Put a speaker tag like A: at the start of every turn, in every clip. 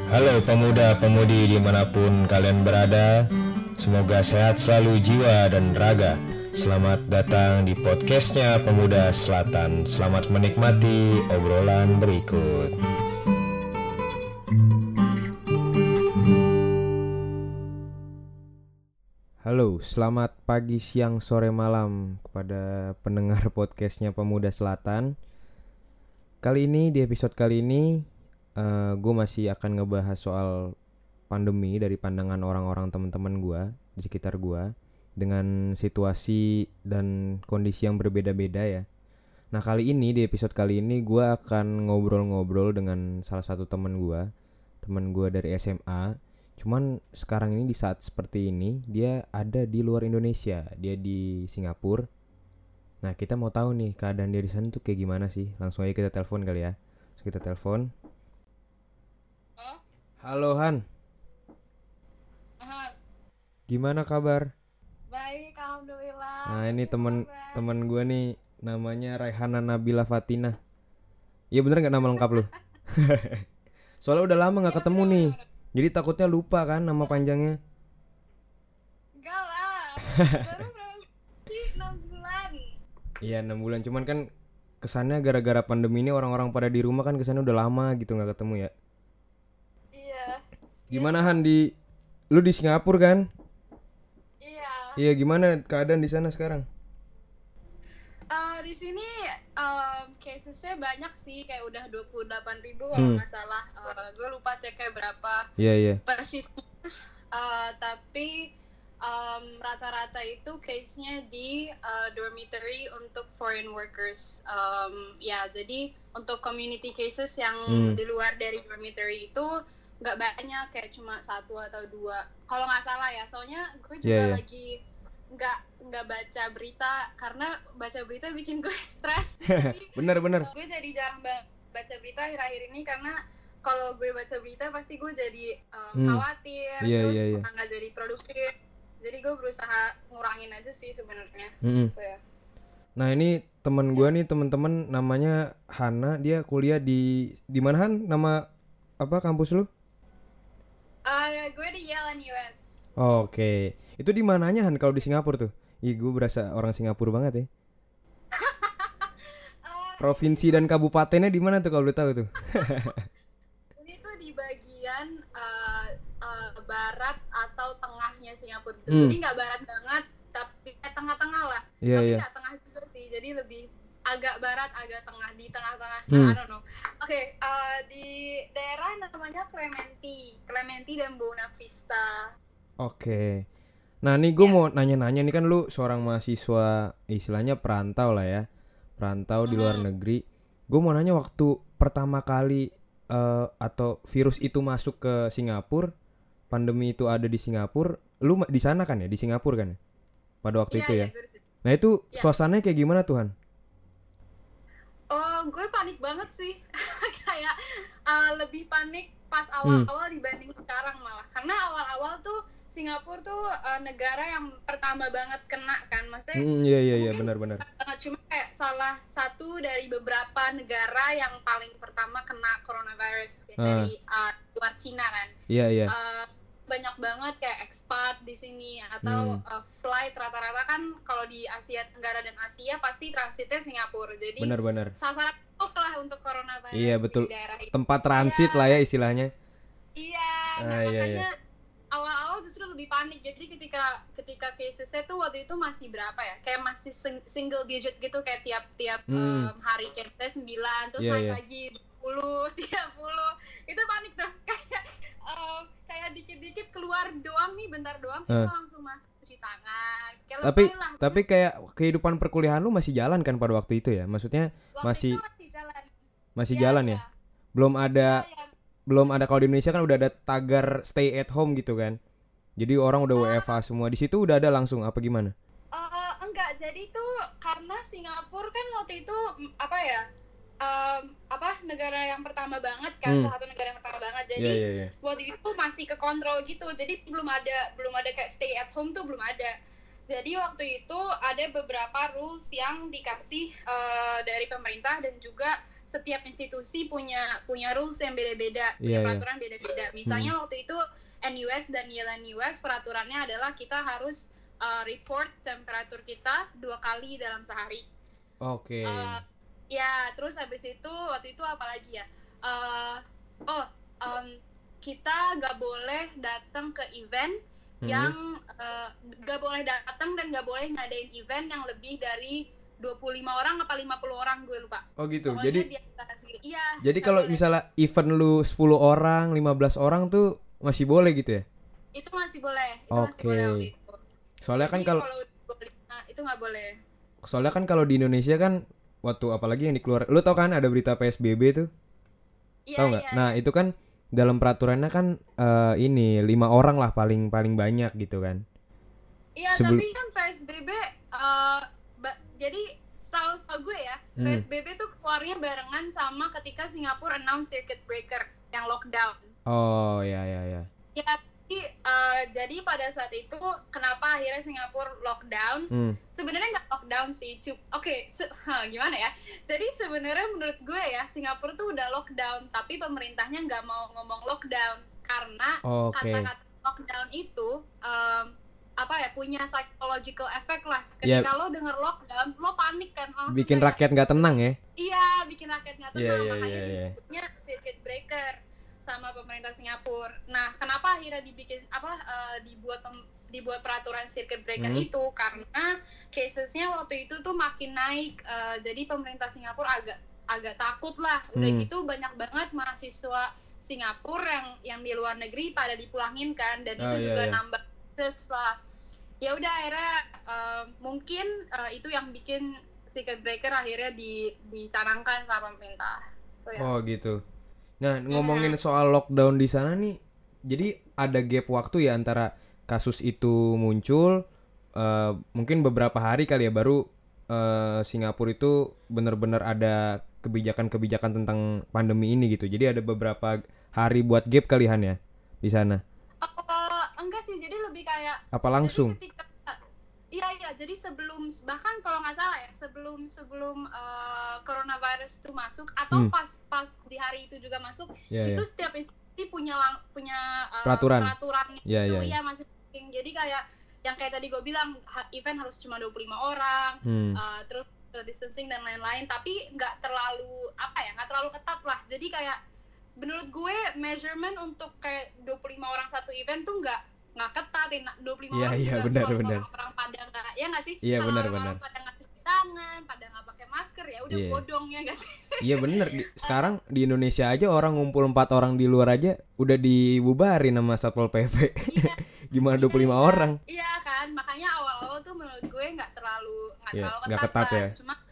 A: Halo pemuda-pemudi dimanapun kalian berada, semoga sehat selalu jiwa dan raga. Selamat datang di podcastnya Pemuda Selatan. Selamat menikmati obrolan berikut.
B: Halo, selamat pagi, siang, sore, malam kepada pendengar podcastnya Pemuda Selatan. Kali ini, di episode kali ini gue masih akan ngebahas soal pandemi dari pandangan orang-orang teman-teman gue di sekitar gue, dengan situasi dan kondisi yang berbeda-beda ya. Nah, kali ini, di episode kali ini gue akan ngobrol-ngobrol dengan salah satu teman gue dari SMA. Cuman sekarang ini di saat seperti ini dia ada di luar Indonesia, dia di Singapura. Nah, kita mau tahu nih keadaan dia di sana tuh kayak gimana sih. Langsung aja kita telepon kali ya. So, kita telepon. Halo Han. Gimana kabar?
C: Baik, alhamdulillah.
B: Nah, ini teman gue nih, namanya Raihana Nabila Fatina. Iya bener nggak nama lengkap lu? Soalnya udah lama nggak ketemu nih. Jadi takutnya lupa kan nama panjangnya.
C: Enggak lah, baru berarti 6 bulan.
B: Iya 6 bulan, cuman kan kesannya gara-gara pandemi ini orang-orang pada di rumah kan kesannya udah lama gitu nggak ketemu ya.
C: Iya.
B: Gimana Han, lu di Singapura kan?
C: Iya.
B: Iya, gimana keadaan di sana sekarang?
C: Di sini casesnya banyak sih, kayak udah 28.000 kalau nggak salah. Gue lupa cek kayak berapa
B: Iya.
C: persisnya. Tapi rata-rata itu case-nya di dormitory untuk foreign workers. Ya, jadi untuk community cases yang di luar dari dormitory itu nggak banyak, kayak cuma 1 atau 2 kalau nggak salah ya. Soalnya gue juga lagi nggak baca berita, karena baca berita bikin gue stres.
B: bener
C: Gue jadi jarang baca berita akhir-akhir ini, karena kalau gue baca berita pasti gue jadi khawatir, terus nggak jadi produktif. Jadi gue berusaha ngurangin aja sih sebenarnya. So, ya.
B: Nah, ini teman gue nih, teman-teman, namanya Hana. Dia kuliah di mana Han? Nama apa kampus lu?
C: Gue di Yale US.
B: Oke. Itu di mananya Han kalau di Singapura tuh? Ih, gue berasa orang Singapura banget ya. Provinsi dan kabupatennya di mana tuh kalau lu tahu tuh?
C: Ini tuh di bagian barat atau tengahnya Singapura. Jadi nggak barat banget, tapi tengah-tengah lah. Tapi nggak tengah juga sih. Jadi lebih agak barat, agak tengah, di tengah-tengah. I don't know. Oke, di daerah namanya Clementi dan Buona Vista.
B: Oke. Nah, nih gue mau nanya-nanya nih, kan lu seorang mahasiswa istilahnya perantau lah ya. Perantau di luar negeri. Gue mau nanya, waktu pertama kali atau virus itu masuk ke Singapura, pandemi itu ada di Singapura, lu di sana kan ya, di Singapura kan ya? Pada waktu itu ya. Nah, itu suasananya kayak gimana Tuhan?
C: Oh, gue panik banget sih. Kayak lebih panik pas awal-awal dibanding sekarang malah. Karena awal-awal tuh Singapura tuh negara yang pertama banget kena kan, maksudnya.
B: Iya, benar-benar.
C: Cuma kayak salah satu dari beberapa negara yang paling pertama kena coronavirus dari luar Cina kan.
B: Iya.
C: Banyak banget kayak expat di sini, atau flight rata-rata kan kalau di Asia Tenggara dan Asia pasti transitnya Singapura. Jadi
B: benar.
C: sasaran lah untuk coronavirus.
B: Iya, betul.
C: Di daerah itu.
B: Tempat transit lah ya istilahnya.
C: Iya, makanya awal-awal justru lebih panik. Jadi ketika casesnya tuh waktu itu masih berapa ya? Kayak masih single digit gitu, kayak tiap hari kayak 9, terus naik lagi 20, 30. Itu panik tuh. Kayak dikit-dikit keluar doang nih, bentar doang kita langsung masuk cuci tangan.
B: Tapi kayak kehidupan perkuliahan lu masih jalan kan pada waktu itu ya? Maksudnya
C: waktu
B: masih jalan ya? Belum ada kalau di Indonesia kan udah ada tagar stay at home gitu kan. Jadi orang udah WFH semua. Di situ udah ada langsung apa gimana?
C: Enggak, jadi tuh karena Singapura kan waktu itu negara yang pertama banget kan, salah satu negara yang pertama banget. Jadi waktu itu masih ke kontrol gitu. Jadi belum ada kayak stay at home tuh belum ada. Jadi waktu itu ada beberapa rules yang dikasih dari pemerintah dan juga setiap institusi punya rules yang beda-beda,
B: Iya,
C: punya
B: iya.
C: peraturan beda-beda. Misalnya waktu itu NUS dan YLNUS peraturannya adalah kita harus report temperatur kita 2 kali dalam sehari.
B: Oke.
C: Ya, terus habis itu waktu itu apa lagi ya? Kita nggak boleh datang ke event yang nggak boleh datang dan nggak boleh ngadain event yang lebih dari 25 orang apa 50 orang, gue lupa.
B: Oh gitu.
C: Pokoknya
B: Jadi
C: di atas gitu. Iya.
B: jadi
C: nggak
B: kalau
C: boleh.
B: misalnya event lu 10 orang, 15 orang tuh masih boleh gitu ya?
C: Itu masih boleh.
B: Oke.
C: Waktu itu.
B: Soalnya kan
C: Jadi
B: kalau
C: itu nggak boleh.
B: soalnya kan kalau di Indonesia kan waktu apalagi yang dikeluar, lu tau kan ada berita PSBB tuh?
C: Iya,
B: Tahu nggak?
C: iya.
B: Nah, itu kan dalam peraturannya kan ini 5 orang lah paling banyak gitu kan.
C: Iya,
B: Sebelum-
C: tapi kan PSBB jadi setahu gue ya,
B: Hmm.
C: PSBB tuh keluarnya barengan sama ketika Singapura announce circuit breaker yang lockdown.
B: Oh, ya ya ya.
C: Ya, jadi pada saat itu kenapa akhirnya Singapura lockdown? Sebenarnya nggak lockdown sih, gimana ya? Jadi sebenarnya menurut gue ya Singapura tuh udah lockdown, tapi pemerintahnya nggak mau ngomong lockdown karena
B: Oke.
C: kata-kata lockdown itu punya psychological effect lah.
B: Ya.
C: Ketika lo denger lockdown, lo panik kan langsung.
B: Bikin
C: kayak,
B: rakyat nggak tenang ya?
C: Iya, bikin rakyat nggak tenang.
B: Iya,
C: Makanya
B: iya.
C: disebutnya circuit breaker sama pemerintah Singapura. Nah, kenapa akhirnya dibuat peraturan circuit breaker itu? Karena casesnya waktu itu tuh makin naik. Jadi pemerintah Singapura agak takut lah. Udah gitu banyak banget mahasiswa Singapura yang di luar negeri pada dipulangin kan, dan itu juga nambah cases lah. Ya udah akhirnya mungkin itu yang bikin circuit breaker akhirnya dicanangkan sama pemerintah. So, ya.
B: Oh gitu. Nah, ngomongin soal lockdown di sana nih, jadi ada gap waktu ya antara kasus itu muncul, mungkin beberapa hari kali ya baru Singapura itu benar-benar ada kebijakan-kebijakan tentang pandemi ini gitu. Jadi ada beberapa hari buat gap kalian ya di sana.
C: Enggak sih, jadi lebih kayak
B: apa langsung?
C: Iya, jadi bahkan kalau nggak salah ya, sebelum coronavirus itu masuk atau pas di hari itu juga masuk, itu setiap institusi punya peraturan
B: ya.
C: Masih penting. Jadi kayak yang kayak tadi gue bilang, event harus cuma 25 orang, terus distancing dan lain-lain, tapi nggak terlalu ketat lah. Jadi kayak menurut gue measurement untuk kayak 25 orang satu event tuh nggak ketat, 25 orang juga
B: benar.
C: orang pada nggak, ya nggak sih?
B: Iya,
C: Kalau
B: benar.
C: orang pada nggak cuci tangan, pada nggak pakai masker, ya udah bodong ya nggak sih?
B: Iya benar. Sekarang di Indonesia aja orang ngumpul 4 orang di luar aja udah dibubarin sama Satpol PP.
C: Iya.
B: Gimana 25 orang?
C: Iya kan, makanya awal-awal tuh menurut gue nggak terlalu
B: ketat ya.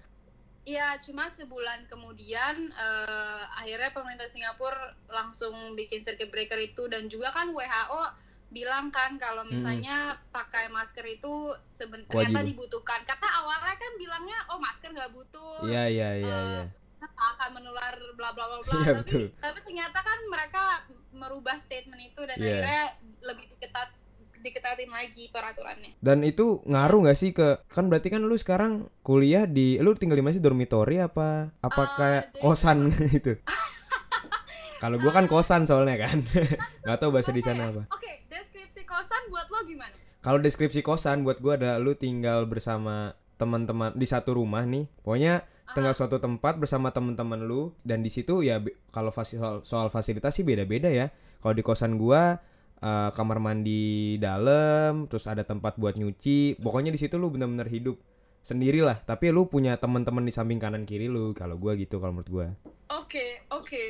C: Cuma sebulan kemudian akhirnya pemerintah Singapura langsung bikin circuit breaker itu, dan juga kan WHO bilang kan kalau misalnya pakai masker itu ternyata dibutuhkan, karena awalnya kan bilangnya masker nggak butuh.
B: Iya.
C: Akan menular bla bla bla bla.
B: Iya,
C: tapi ternyata kan mereka merubah statement itu dan akhirnya lebih diketatin lagi peraturannya.
B: Dan itu ngaruh nggak sih kan berarti kan lu sekarang kuliah lu tinggal di mana sih, dormitory apa kayak kosan gitu? Kalau gua kan kosan soalnya kan. Nggak tahu bahasa di sana apa.
C: Oke, deskripsi kosan buat lo gimana?
B: Kalau deskripsi kosan buat gua adalah lu tinggal bersama teman-teman di satu rumah nih. Pokoknya tinggal suatu tempat bersama teman-teman lu, dan di situ ya kalau soal fasilitas sih beda-beda ya. Kalau di kosan gua kamar mandi dalam, terus ada tempat buat nyuci. Pokoknya di situ lu benar-benar hidup sendirilah, tapi lu punya teman-teman di samping kanan kiri lu. Kalau gua gitu, kalau menurut gua.
C: Oke.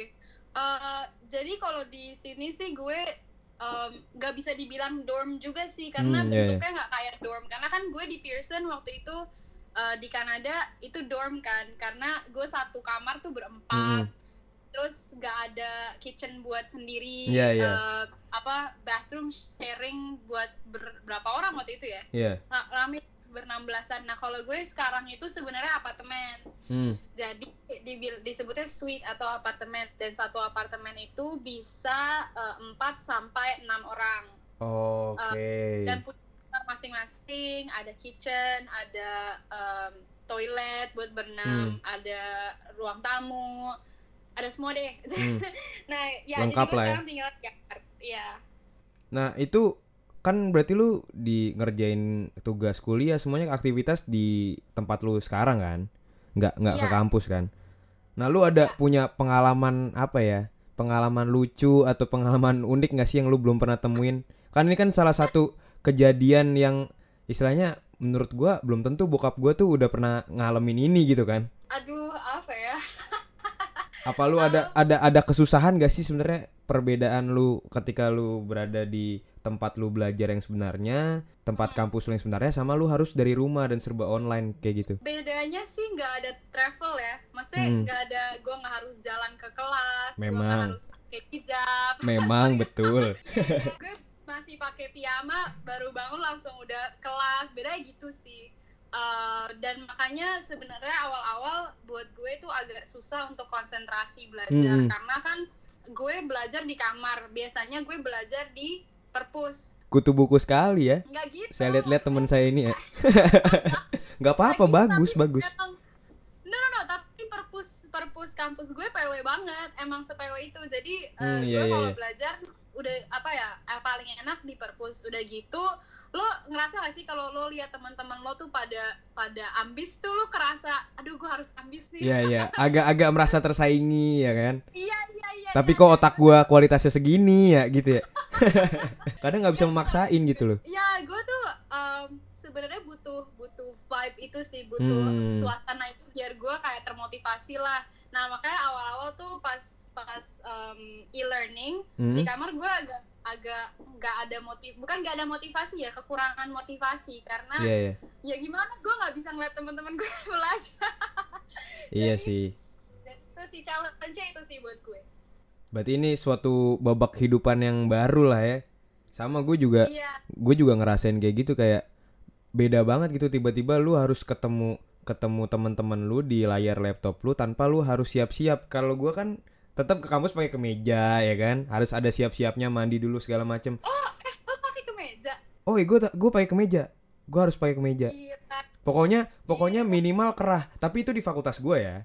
C: Jadi kalau di sini sih gue nggak bisa dibilang dorm juga sih, karena bentuknya nggak kayak dorm. Karena kan gue di Pearson waktu itu di Kanada itu dorm kan, karena gue satu kamar tuh berempat. Terus nggak ada kitchen buat sendiri, bathroom sharing buat berapa orang waktu itu ya? Rame ber-16an. Nah kalau gue sekarang itu sebenarnya apartemen. Jadi disebutnya suite atau apartemen, dan satu apartemen itu bisa 4 sampai 6 orang.
B: Oke.
C: Dan punya kamar masing-masing, ada kitchen, ada toilet buat berenang, ada ruang tamu, ada semua deh. Nah, ya
B: Lengkap
C: jadi gue
B: lah ya.
C: sekarang tinggal di kamar. Ya.
B: Nah itu kan berarti lu di ngerjain tugas kuliah semuanya aktivitas di tempat lu sekarang kan, nggak ke
C: Iya.
B: kampus kan. Nah lu ada punya pengalaman apa ya, pengalaman lucu atau pengalaman unik nggak sih yang lu belum pernah temuin? Kan ini kan salah satu kejadian yang istilahnya menurut gua belum tentu bokap gua tuh udah pernah ngalamin ini gitu kan.
C: Aduh, apa ya?
B: Apa lu ada kesusahan gak sih sebenarnya perbedaan lu ketika lu berada di tempat lu belajar yang sebenarnya, tempat kampus lu yang sebenarnya, sama lu harus dari rumah dan serba online kayak gitu?
C: Bedanya sih nggak ada travel ya, maksudnya nggak ada, gue nggak harus jalan ke kelas, gue nggak
B: Memang.
C: harus pakai hijab.
B: Memang betul.
C: Gue masih pakai piyama, baru bangun langsung udah kelas, beda gitu sih. Dan makanya sebenarnya awal-awal buat gue tuh agak susah untuk konsentrasi belajar, karena kan gue belajar di kamar, biasanya gue belajar di perpus.
B: Kutu buku sekali ya.
C: Nggak gitu.
B: Saya lihat-lihat teman saya ini ya. Nggak apa-apa, bagus.
C: No, tapi perpus kampus gue PW banget, emang se-PW itu. Jadi
B: Iya,
C: gue kalau
B: iya.
C: belajar udah apa ya, paling enak di perpus. Udah gitu, lo ngerasa gak sih kalau lo lihat teman-teman lo tuh pada ambis tuh, lo kerasa, aduh gue harus ambis nih.
B: Iya. Agak merasa tersaingi ya kan.
C: Iya.
B: Tapi kok otak gua kualitasnya segini ya gitu ya. Kadang nggak bisa memaksain gitu loh.
C: Ya, gue tuh sebenarnya butuh vibe itu sih, butuh suasana itu biar gue kayak termotivasi lah. Nah, makanya awal-awal tuh pas e-learning di kamar gue agak nggak ada motivasi ya, kekurangan motivasi karena ya gimana, gue nggak bisa ngeliat teman-teman gue belajar.
B: Iya
C: Jadi,
B: sih.
C: Itu sih challenge-nya itu sih buat gue.
B: Berarti ini suatu babak kehidupan yang baru lah ya. Sama gue juga ngerasain kayak gitu, kayak beda banget gitu, tiba-tiba lu harus ketemu teman-teman lu di layar laptop lu tanpa lu harus siap-siap. Kalau gue kan tetap ke kampus pakai kemeja ya kan, harus ada siap-siapnya, mandi dulu segala macem.
C: Lo pakai kemeja?
B: Oh iya, gue pakai kemeja, gue harus pakai kemeja.
C: Iya.
B: Pokoknya minimal kerah, tapi itu di fakultas gue ya,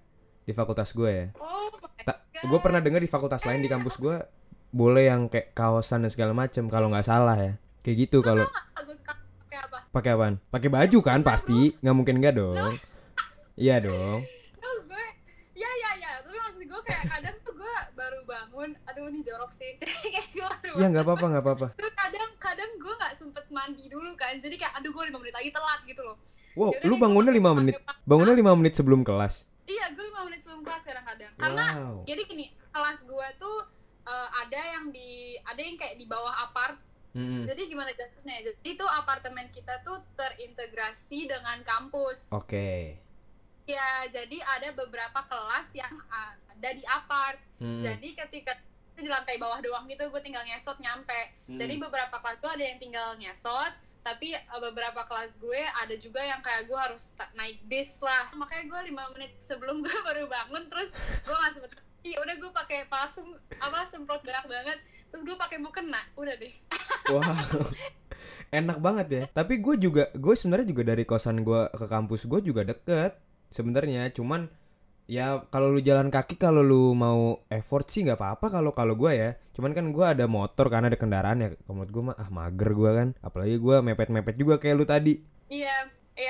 C: Oh my God.
B: Gue pernah dengar di fakultas lain di kampus gue boleh yang kayak kaosan dan segala macem kalau nggak salah ya, kayak gitu. Kalau
C: Gue pakai apa?
B: pakai apaan? Pakai baju kan pasti, nggak mungkin nggak dong. Iya dong.
C: No, gue ya tapi maksud gue kayak kadang tuh gue baru bangun, aduh ini jorok sih. Kayak gue baru
B: Ya nggak apa-apa.
C: Terus kadang gue nggak sempet mandi dulu kan, jadi kayak aduh gue 5 menit lagi telat gitu loh.
B: Wow,
C: Yaudah
B: lu
C: deh,
B: bangunnya
C: gue
B: 5 menit. Bangunnya 5 menit sebelum kelas.
C: Iya, gue 5 menit sebelum kelas kadang-kadang. Karena
B: Wow.
C: jadi gini, kelas gue tuh ada yang kayak di bawah apart. Jadi gimana jelasnya? Jadi tuh apartemen kita tuh terintegrasi dengan kampus.
B: Oke.
C: Ya, jadi ada beberapa kelas yang ada di apart. Jadi ketika itu di lantai bawah doang gitu, gue tinggal ngesot nyampe. Jadi beberapa kelas tuh ada yang tinggal ngesot, tapi beberapa kelas gue ada juga yang kayak gue harus naik bis lah. Makanya gue 5 menit sebelum gue baru bangun, terus gue nggak sempet. Iya, udah gue pakai parfum semprot galak banget, terus gue pakai mukena, udah deh.
B: Wow. Enak banget ya. Tapi gue sebenarnya juga dari kosan gue ke kampus gue juga deket sebenarnya. Cuman ya kalau lu jalan kaki, kalau lu mau effort sih nggak apa-apa kalau gue ya. Cuman kan gue ada motor karena ada kendaraan ya. Menurut gue mah mager gue kan. Apalagi gue mepet-mepet juga kayak lu tadi.
C: Iya.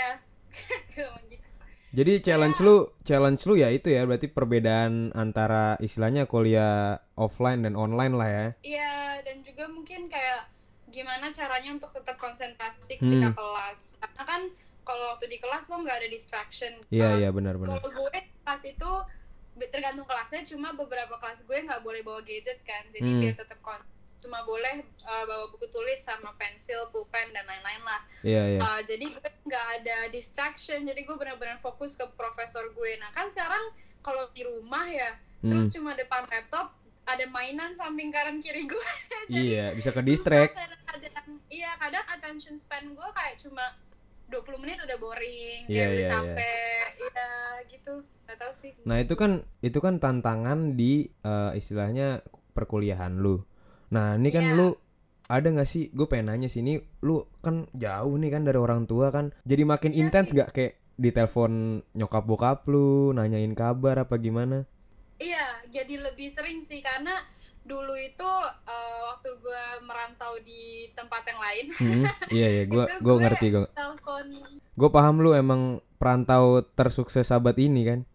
C: Gitu.
B: Jadi challenge lu ya itu ya, berarti perbedaan antara istilahnya kuliah offline dan online lah ya.
C: Iya, dan juga mungkin kayak gimana caranya untuk tetap konsentrasi ketika kelas. Karena kan kalau waktu di kelas lo nggak ada distraction.
B: Iya benar.
C: Kalau gue kelas itu tergantung kelasnya, cuma beberapa kelas gue nggak boleh bawa gadget kan, jadi biar tetap cuma boleh bawa buku tulis sama pensil, pulpen dan lain-lain lah.
B: Iya.
C: Jadi gue nggak ada distraction, jadi gue benar-benar fokus ke profesor gue. Nah kan sekarang kalau di rumah ya, terus cuma depan laptop, ada mainan samping kanan kiri gue. Jadi
B: iya, bisa ke distract.
C: Kadang attention span gue kayak cuma 20 menit udah boring,
B: Iya.
C: capek, iya gitu, nggak tahu sih.
B: Nah itu kan tantangan di istilahnya perkuliahan lu. Nah ini kan lu ada nggak sih? Gue pengen nanya sih, ini lu kan jauh nih kan dari orang tua kan, jadi makin intens nggak kayak ditelepon nyokap bokap lu, nanyain kabar apa gimana?
C: Iya, jadi lebih sering sih karena dulu itu waktu gue merantau di tempat yang lain,
B: Iya,
C: itu
B: gue ngerti gue.
C: telepon.
B: Gue paham lu emang perantau tersukses abad ini kan.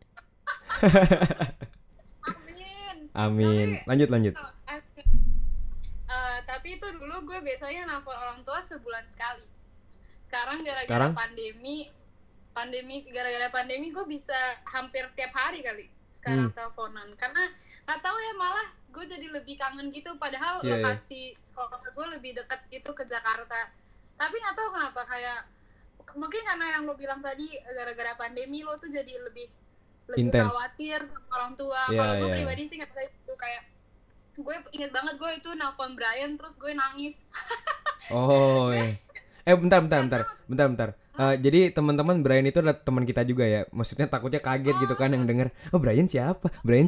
C: Amin.
B: Amin. Lanjut.
C: Tapi itu dulu gue biasanya nelfon orang tua sebulan sekali. Sekarang
B: Sekarang?
C: gara-gara pandemi gue bisa hampir tiap hari kali sekarang teleponan, karena nggak tahu ya, malah gue jadi lebih kangen gitu, padahal lokasi sekolah gue lebih dekat gitu ke Jakarta. Tapi nggak tahu kenapa, kayak mungkin karena yang lo bilang tadi, gara-gara pandemi lo tuh jadi lebih
B: Intense.
C: khawatir sama orang tua.
B: Iya,
C: Kalau gue
B: iya.
C: pribadi sih nggak bisa itu, kayak gue inget banget gue itu nelfon Brian terus gue nangis.
B: Oh iya. Bentar. Jadi teman-teman Brian itu adalah teman kita juga ya. Maksudnya takutnya kaget gitu kan yang denger. Oh Brian siapa?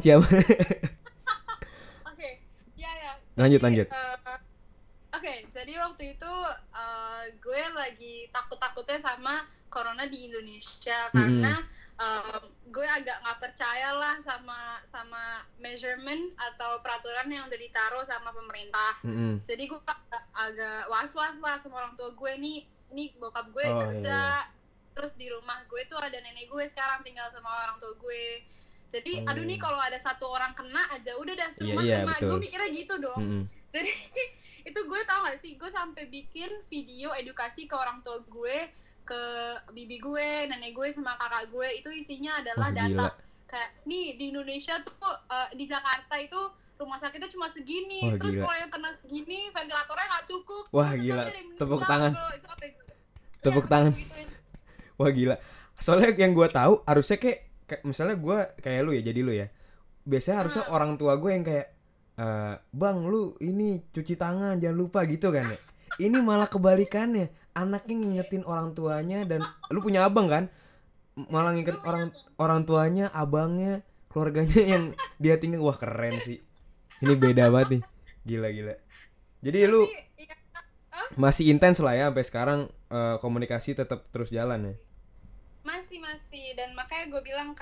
C: Oke, ya.
B: Lanjut.
C: Oke, jadi waktu itu gue lagi takut-takutnya sama corona di Indonesia, karena gue agak nggak percaya lah sama measurement atau peraturan yang udah ditaruh sama pemerintah. Jadi gue agak was-was lah sama orang tua gue, nih bokap gue kerja, terus di rumah gue tuh ada nenek gue sekarang tinggal sama orang tua gue. Jadi aduh nih kalau ada satu orang kena aja udah dah semua kena.
B: Betul.
C: Gue mikirnya gitu dong. Jadi itu gue tau gak sih, gue sampai bikin video edukasi ke orang tua gue, ke bibi gue, nenek gue sama kakak gue. Itu isinya adalah data kayak nih di Indonesia tuh di Jakarta itu rumah sakitnya cuma segini. Terus kalau yang kena segini ventilatornya nggak cukup.
B: Wah gila, tepuk tangan.
C: Tepuk tangan.
B: Wah gila. Soalnya yang gue tahu harusnya kayak misalnya gue kayak lu ya, jadi lu ya. Biasanya harusnya orang tua gue yang kayak bang lu ini cuci tangan jangan lupa gitu kan ya. Ini malah kebalikannya, anaknya ngingetin orang tuanya. Dan lu punya abang kan, malah nginget orang tuanya, abangnya, keluarganya yang dia tinggal. Wah keren sih, ini beda banget nih, gila. Jadi lu masih intens lah ya sampai sekarang, komunikasi tetap terus jalan ya?
C: Masih, dan makanya gue bilang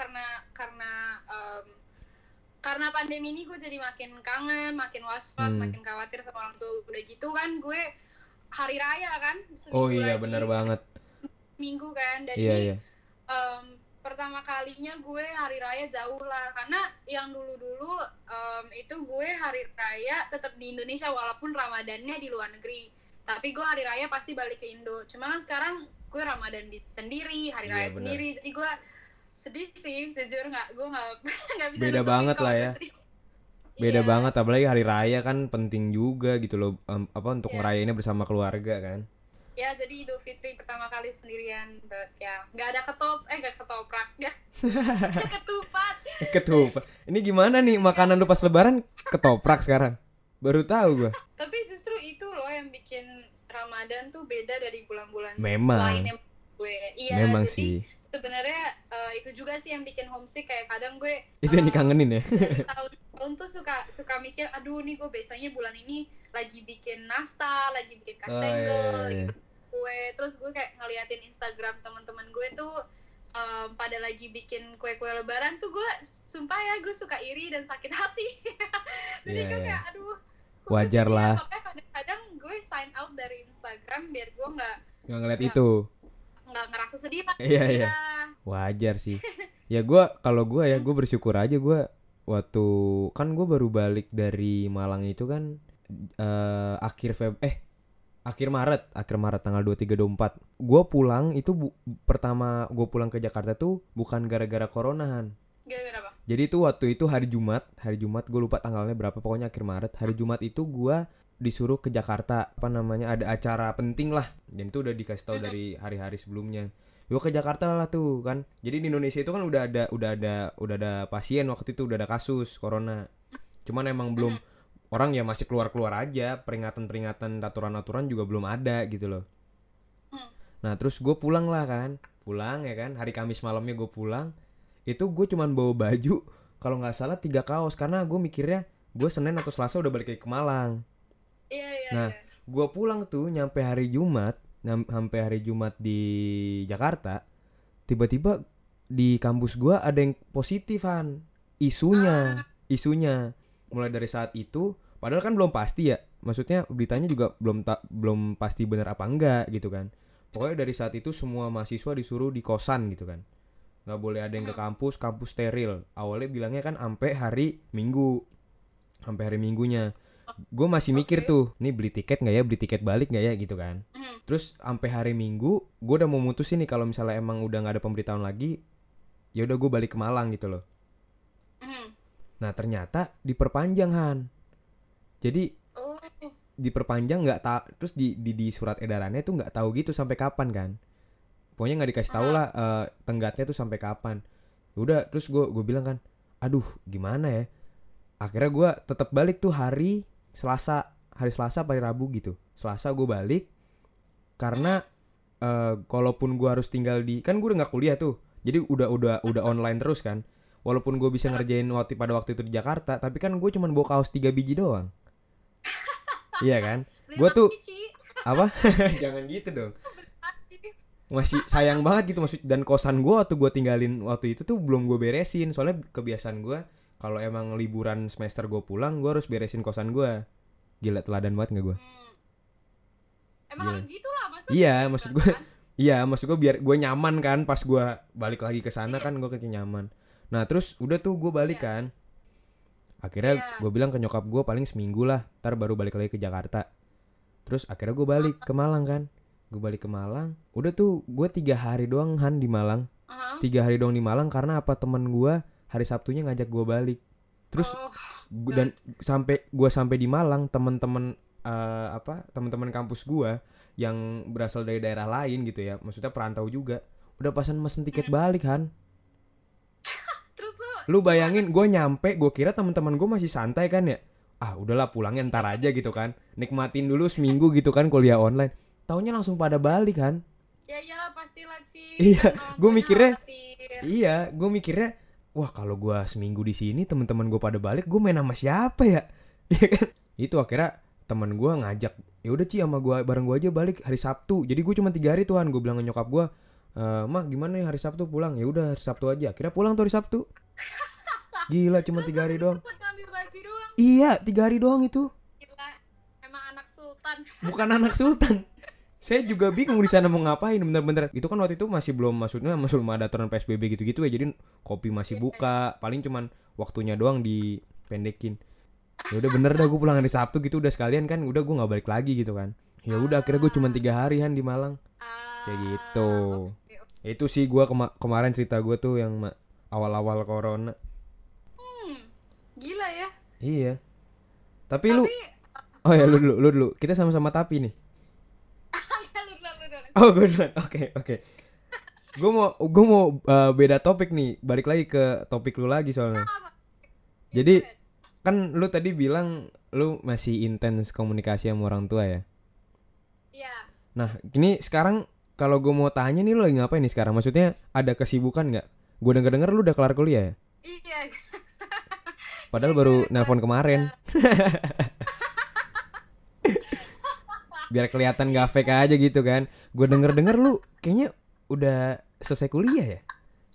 C: karena pandemi ini gue jadi makin kangen, makin was-was, makin khawatir sama orang tua. Udah gitu kan gue hari raya kan, seminggu lagi,
B: benar banget,
C: minggu kan, dan
B: ini
C: pertama kalinya gue hari raya jauh lah, karena yang dulu itu gue hari raya tetap di Indonesia walaupun Ramadannya di luar negeri, tapi gue hari raya pasti balik ke Indo. Cuma kan sekarang gue Ramadan sendiri, hari raya sendiri, jadi gue sedih sih, jujur gue nggak bisa.
B: Beda banget lah ya. Beda banget, apalagi hari raya kan penting juga gitu loh, untuk ngerayainnya bersama keluarga kan.
C: Ya, jadi Idul Fitri pertama kali sendirian, ya nggak ada ketoprak, ya.
B: Ketupat. Ini gimana nih makanan lu pas Lebaran ketoprak sekarang? Baru tahu gue.
C: Tapi justru itu loh yang bikin Ramadan tuh beda dari bulan-bulan
B: lainnya
C: gue.
B: Iya, memang
C: jadi
B: sih.
C: Sebenarnya itu juga sih yang bikin homesick, kayak kadang gue
B: itu yang dikangenin ya.
C: tahun tuh suka mikir, aduh nih gue biasanya bulan ini lagi bikin nastar, lagi bikin kastengel, lagi kue, terus gue kayak ngeliatin Instagram teman-teman gue tuh pada lagi bikin kue-kue Lebaran tuh, gue sumpah ya gue suka iri dan sakit hati. Jadi gue kayak aduh,
B: wajar lah.
C: Makanya kadang-kadang gue sign out dari Instagram biar gue nggak
B: ngeliat itu,
C: nggak ngerasa sedih lah.
B: Iya. Wajar sih. Ya gue bersyukur aja. Gue waktu kan gue baru balik dari Malang itu kan akhir Maret tanggal 23-24. Gue pulang itu pertama gue pulang ke Jakarta tuh bukan gara-gara coronahan.
C: Gara-gara apa?
B: Jadi itu waktu itu hari Jumat gue lupa tanggalnya berapa, pokoknya akhir Maret. Hari Jumat itu gue disuruh ke Jakarta, ada acara penting lah, dan itu udah dikasih tahu dari hari-hari sebelumnya. Gue ke Jakarta lah tuh kan. Jadi di Indonesia itu kan udah ada pasien waktu itu, udah ada kasus corona. Cuman emang belum, orang ya masih keluar aja, peringatan aturan juga belum ada gitu loh. Nah terus gue pulang ya kan, hari Kamis malamnya gue pulang. Itu gue cuman bawa baju kalau nggak salah 3 kaos, karena gue mikirnya gue Senin atau Selasa udah balik ke Malang. Nah, gue pulang tuh sampai hari Jumat di Jakarta tiba-tiba di kampus gua ada yang positifan. Isunya. Mulai dari saat itu, padahal kan belum pasti ya. Maksudnya beritanya juga belum pasti benar apa enggak gitu kan. Pokoknya dari saat itu semua mahasiswa disuruh di kosan gitu kan. Nggak boleh ada yang ke kampus steril. Awalnya bilangnya kan sampai hari Minggunya. Gue masih mikir tuh, nih beli tiket balik nggak ya gitu kan. Terus sampai hari Minggu, gue udah mau mutusin nih kalau misalnya emang udah nggak ada pemberitahuan lagi, ya udah gue balik ke Malang gitu loh. Nah ternyata diperpanjang Han. Jadi diperpanjang terus di surat edarannya tuh nggak tahu gitu sampai kapan kan. Pokoknya nggak dikasih tahu lah tenggatnya tuh sampai kapan. Udah terus gue bilang kan, aduh gimana ya. Akhirnya gue tetap balik tuh hari Selasa hari Rabu gitu. Selasa gue balik karena kalaupun gue harus tinggal kan gue udah nggak kuliah tuh. Jadi udah online terus kan. Walaupun gue bisa ngerjain pada waktu itu di Jakarta, tapi kan gue cuma bawa kaos 3 biji doang. Iya kan? Gue tuh apa? Jangan gitu dong. Masih sayang banget gitu maksud, dan kosan gue waktu gue tinggalin waktu itu tuh belum gue beresin. Soalnya kebiasaan gue kalau emang liburan semester gue pulang, gue harus beresin kosan gue. Gila teladan banget gak gue?
C: Emang harus gitu lah maksudnya.
B: Iya maksud gue biar gue nyaman kan pas gue balik lagi ke sana kan gue kayak nyaman. Nah terus udah tuh gue balik kan. Akhirnya gue bilang ke nyokap gue paling seminggu lah, ntar baru balik lagi ke Jakarta. Terus akhirnya gue balik ke Malang kan. Gue balik ke Malang. Udah tuh gue 3 hari doang Han di Malang. 3 hari doang di Malang karena apa, teman gue hari Sabtunya ngajak gue balik. Terus dan sampai di Malang, teman-teman kampus gue yang berasal dari daerah lain gitu ya, maksudnya perantau juga, udah mesen tiket balik Han. Lu bayangin, gue nyampe, gue kira teman-teman gue masih santai kan ya. Udahlah pulangnya ntar aja gitu kan. Nikmatin dulu seminggu gitu kan kuliah online. Taunya langsung pada balik kan.
C: Ya iyalah pastilah Ci.
B: Iya, gue mikirnya, wah kalau gue seminggu di sini teman-teman gue pada balik, gue main sama siapa ya? Iya kan? Itu akhirnya teman gue ngajak, ya udah Ci sama gue bareng gue aja balik hari Sabtu. Jadi gue cuma 3 hari tuhan. Gue bilang ke nyokap gue, mah gimana nih hari Sabtu pulang? Ya udah hari Sabtu aja. Akhirnya pulang tuh hari Sabtu. Gila cuma 3 hari doang. Iya 3 hari doang itu.
C: Gila, emang anak sultan.
B: Bukan anak sultan. Saya juga bingung di sana mau ngapain bener-bener. Itu kan waktu itu masih belum ada aturan PSBB gitu-gitu ya. Jadi kopi masih buka. Paling cuman waktunya doang dipendekin. Ya udah bener dah gue pulang hari Sabtu gitu udah sekalian kan. Udah gue nggak balik lagi gitu kan. Ya udah akhirnya gue cuma 3 hari Han di Malang. Kayak gitu. Okay. Itu sih gue kemarin cerita gue tuh yang awal-awal corona.
C: Gila ya.
B: Iya. Tapi lu oh ya lu dulu. Kita sama-sama tapi nih. Oh gue duluan. Oke. Gue mau beda topik nih. Balik lagi ke topik lu lagi soalnya. Jadi kan lu tadi bilang lu masih intens komunikasi sama orang tua ya.
C: Iya.
B: Nah ini sekarang kalau gue mau tanya nih lu lagi ngapain nih sekarang? Maksudnya ada kesibukan nggak? Gue denger lu udah kelar kuliah ya?
C: Iya.
B: Padahal baru nelpon kemarin. Biar kelihatan gak fake aja gitu kan. Gue denger lu kayaknya udah selesai kuliah ya.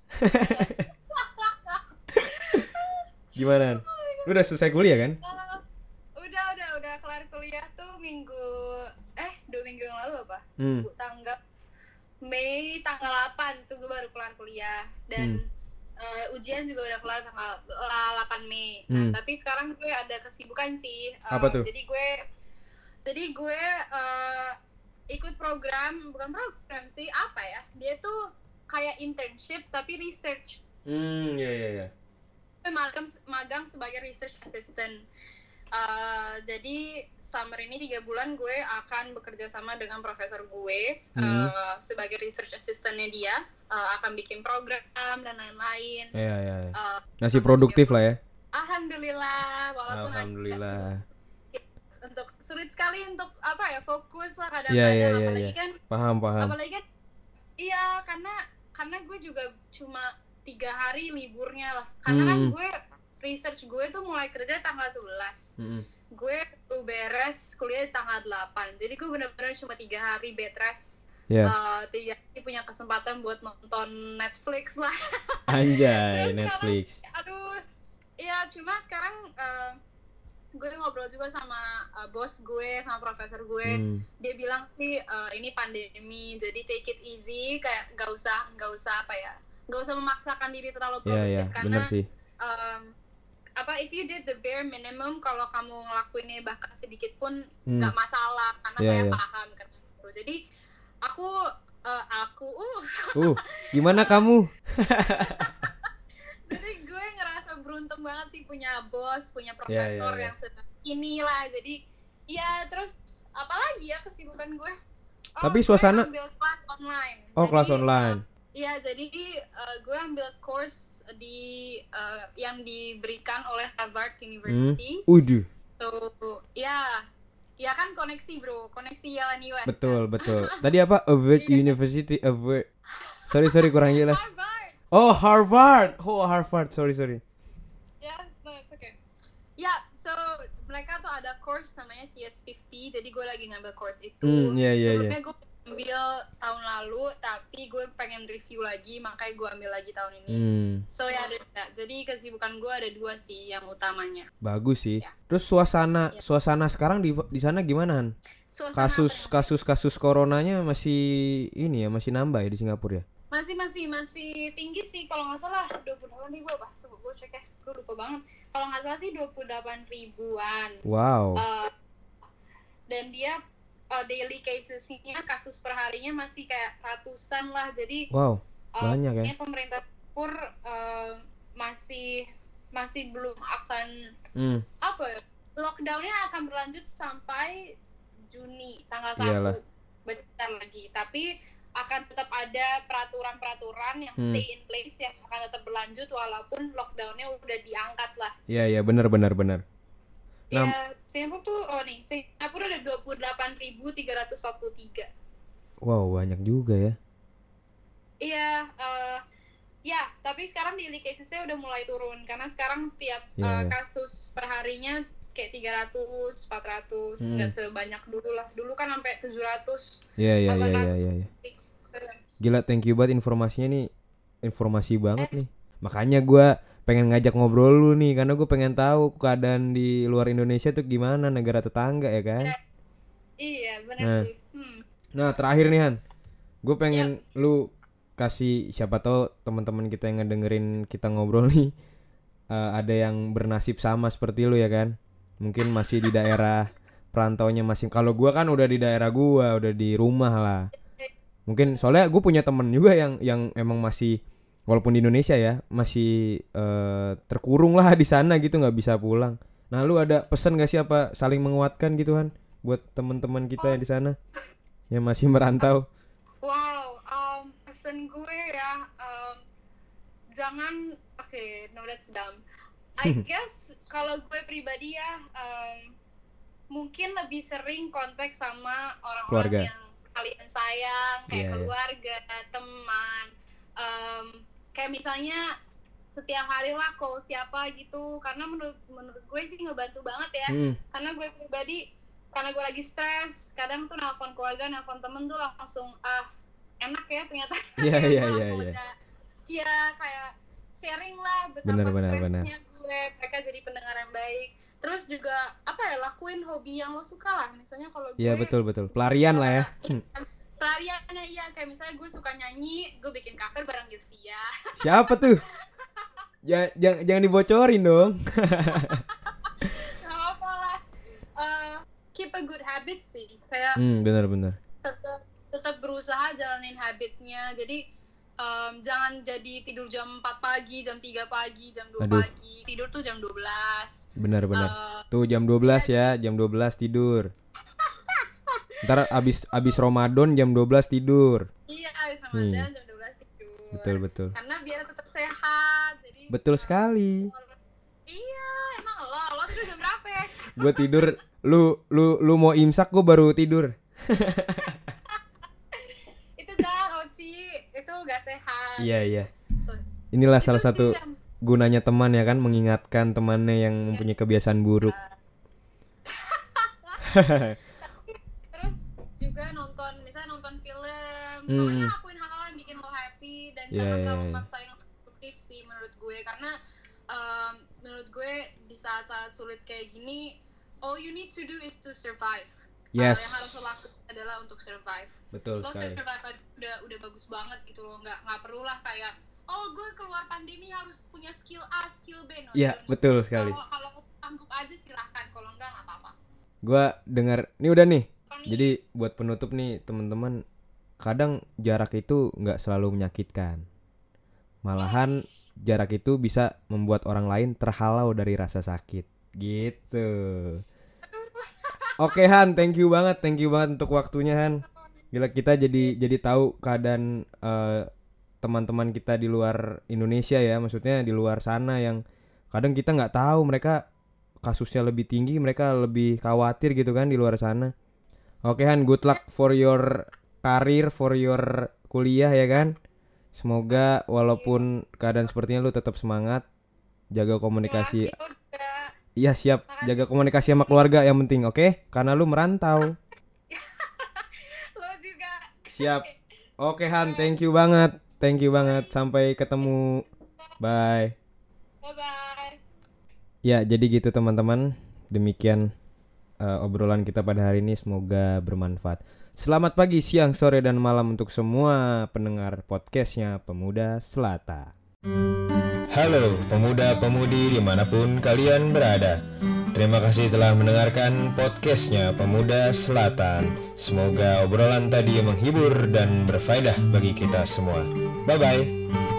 B: Gimana? Lu udah selesai kuliah kan?
C: Udah kelar kuliah tuh 2 minggu yang lalu apa? Tanggal Mei tanggal 8 tuh gue baru kelar kuliah. Dan ujian juga udah kelar tanggal 8 Mei. Nah, tapi sekarang gue ada kesibukan sih.
B: Apa tuh?
C: Jadi gue ikut bukan program sih, apa ya? Dia tuh kayak internship tapi research.
B: Iya.
C: Gue magang sebagai research assistant. Jadi summer ini 3 bulan gue akan bekerja sama dengan profesor gue sebagai research assistantnya dia, akan bikin program dan lain-lain.
B: Iya. Masih produktif lah ya.
C: Alhamdulillah, walaupun
B: alhamdulillah.
C: Untuk sulit sekali untuk fokus lah
B: kadang-kadang.
C: Apalagi kan
B: paham.
C: Apalagi kan iya karena gue juga cuma 3 hari liburnya lah. Karena kan gue research gue tuh mulai kerja tanggal 11. Gue beres kuliah di tanggal 8. Jadi gue benar-benar cuma 3 hari bed rest
B: Ya.
C: 3 hari punya kesempatan buat nonton Netflix lah.
B: Anjay,
C: Terus
B: Netflix.
C: sekarang, aduh, ya cuma sekarang gue ngobrol juga sama bos gue, sama profesor gue. Dia bilang sih ini pandemi, jadi take it easy, kayak nggak usah memaksakan diri terlalu produktif, karena
B: bener sih.
C: If you did the bare minimum, kalau kamu ngelakuinnya bahkan sedikit pun nggak masalah, karena saya paham kan itu. Jadi aku
B: gimana kamu?
C: Jadi gue ngerasa beruntung banget sih punya bos, punya profesor yang seperti inilah. Jadi ya, terus apalagi ya kesibukan gue.
B: Tapi suasana
C: gue ambil kelas online.
B: Kelas online.
C: Iya, jadi gue ambil course yang diberikan oleh Harvard University. So, ya kan koneksi bro, koneksi Yale US.
B: Betul. Tadi apa? Harvard University, sorry kurang jelas. Harvard. Harvard. Sorry.
C: Yes, no, it's okay. Ya, so mereka tuh ada course namanya CS50, jadi gue lagi ngambil course itu. Sebelumnya gue ambil tahun lalu, tapi gue pengen review lagi, makanya gue ambil lagi tahun ini. So ya, jadi kesibukan gue ada 2 sih yang utamanya.
B: Bagus sih. Terus suasana sekarang di sana gimana, Han? Kasus coronanya masih nambah ya di Singapura ya?
C: Masih tinggi sih, kalau nggak salah 28.000 apa? Tunggu gue cek ya, gue lupa banget. Kalau nggak salah sih 28.000-an.
B: Wow.
C: Dan dia daily casesnya, kasus perharinya masih kayak ratusan lah. Jadi
B: banyak ya.
C: Pemerintah Singapura masih belum akan lockdownnya akan berlanjut sampai Juni tanggal 1. Bentar lagi. Tapi akan tetap ada peraturan-peraturan yang stay in place yang akan tetap berlanjut walaupun lockdownnya udah diangkat lah.
B: Iya, benar.
C: Ya, Singapura tuh Singapura ada 28.343.
B: Wow, banyak juga ya.
C: Iya, tapi sekarang daily casesnya udah mulai turun karena sekarang tiap kasus perharinya kayak 300, 400, nggak sebanyak dulu lah. Dulu kan sampai 700.
B: Iya. Gila, thank you banget informasinya nih. Informasi banget nih. Makanya gue pengen ngajak ngobrol lu nih, karena gue pengen tahu keadaan di luar Indonesia tuh gimana, negara tetangga ya kan.
C: Iya, benar sih.
B: Nah, terakhir nih, Han, gue pengen lu kasih, siapa tahu teman-teman kita yang ngedengerin kita ngobrol nih ada yang bernasib sama seperti lu ya kan. Mungkin masih di daerah perantaunya masih. Kalau gue kan udah di daerah gue, udah di rumah lah. Mungkin soalnya gue punya temen juga yang emang masih, walaupun di Indonesia ya, masih terkurung lah di sana gitu, nggak bisa pulang. Nah, lu ada pesan nggak sih, apa saling menguatkan gitu, Han, buat teman-teman kita yang di sana yang masih merantau?
C: Wow, pesan gue ya, jangan, no that's dumb. I guess kalau gue pribadi ya, mungkin lebih sering kontak sama orang-orang yang kalian sayang, kayak keluarga, teman. Kayak misalnya setiap hari lah call siapa gitu, karena menurut gue sih ngebantu banget ya. Karena gue pribadi, karena gue lagi stres, kadang tuh nelfon keluarga, nelfon temen tuh langsung enak ya ternyata. Iya, kayak sharing lah betapa stresnya gue, mereka jadi pendengar yang baik. Terus juga lakuin hobi yang lo suka lah. Misalnya kalau gue,
B: iya betul, pelarian lah ya.
C: Pelariannya iya, kayak misalnya gue suka nyanyi, gue bikin cover bareng Yusia.
B: Siapa tuh? Jangan dibocorin dong.
C: Gak apa lah. Keep a good habit sih. Kayak
B: benar.
C: Tetap berusaha jalanin habitnya. Jadi jangan jadi tidur jam 4 pagi, jam 3 pagi, jam 2 pagi. Tidur tuh jam 12.
B: Benar. Tuh jam 12 ya, jam 12 tidur. Ntar abis Ramadan jam 12 tidur.
C: Iya, abis Ramadan jam 12 tidur.
B: Betul.
C: Karena biar tetap sehat. Jadi
B: betul sekali.
C: Iya, emang lo tidur jam berapa ya?
B: Gue tidur, lu mau imsak, gue baru tidur.
C: Itu dah, Oci, itu gak sehat.
B: Iya. Inilah salah satu gunanya teman ya kan, mengingatkan temannya yang mempunyai kebiasaan buruk.
C: Terus juga nonton film pokoknya lakuin hal-hal yang bikin lo happy dan jangan terlalu maksain untuk produktif sih menurut gue, karena menurut gue di saat-saat sulit kayak gini, all you need to do is to survive.
B: Yes.
C: Yang harus lo lakukan adalah untuk survive.
B: Betul
C: lo
B: sekali.
C: Survive aja udah bagus banget gitu loh, nggak perlu lah kayak gue keluar pandemi harus punya skill A, skill B.
B: Iya, betul sekali.
C: Kalau sanggup aja silahkan, kalau enggak nggak apa-apa.
B: Gua dengar, ini udah nih. Jadi buat penutup nih teman-teman, kadang jarak itu nggak selalu menyakitkan. Malahan jarak itu bisa membuat orang lain terhalau dari rasa sakit. Gitu. Oke Han, thank you banget untuk waktunya Han. Gila, kita jadi tahu keadaan teman-teman kita di luar Indonesia ya, maksudnya di luar sana yang kadang kita nggak tahu mereka kasusnya lebih tinggi, mereka lebih khawatir gitu kan di luar sana. Oke Han, good luck for your career, for your kuliah ya kan. Semoga walaupun keadaan sepertinya lu tetap semangat, jaga komunikasi. Iya siap, jaga komunikasi sama keluarga yang penting, oke? Karena lu merantau.
C: Lo juga.
B: Siap. Oke Han, thank you banget. Sampai ketemu. Bye.
C: Bye.
B: Ya, jadi gitu teman-teman. Demikian obrolan kita pada hari ini, semoga bermanfaat. Selamat pagi, siang, sore, dan malam untuk semua pendengar podcastnya Pemuda Selatan.
A: Halo pemuda-pemudi dimanapun kalian berada. Terima kasih telah mendengarkan podcastnya Pemuda Selatan. Semoga obrolan tadi menghibur dan berfaedah bagi kita semua. Bye-bye.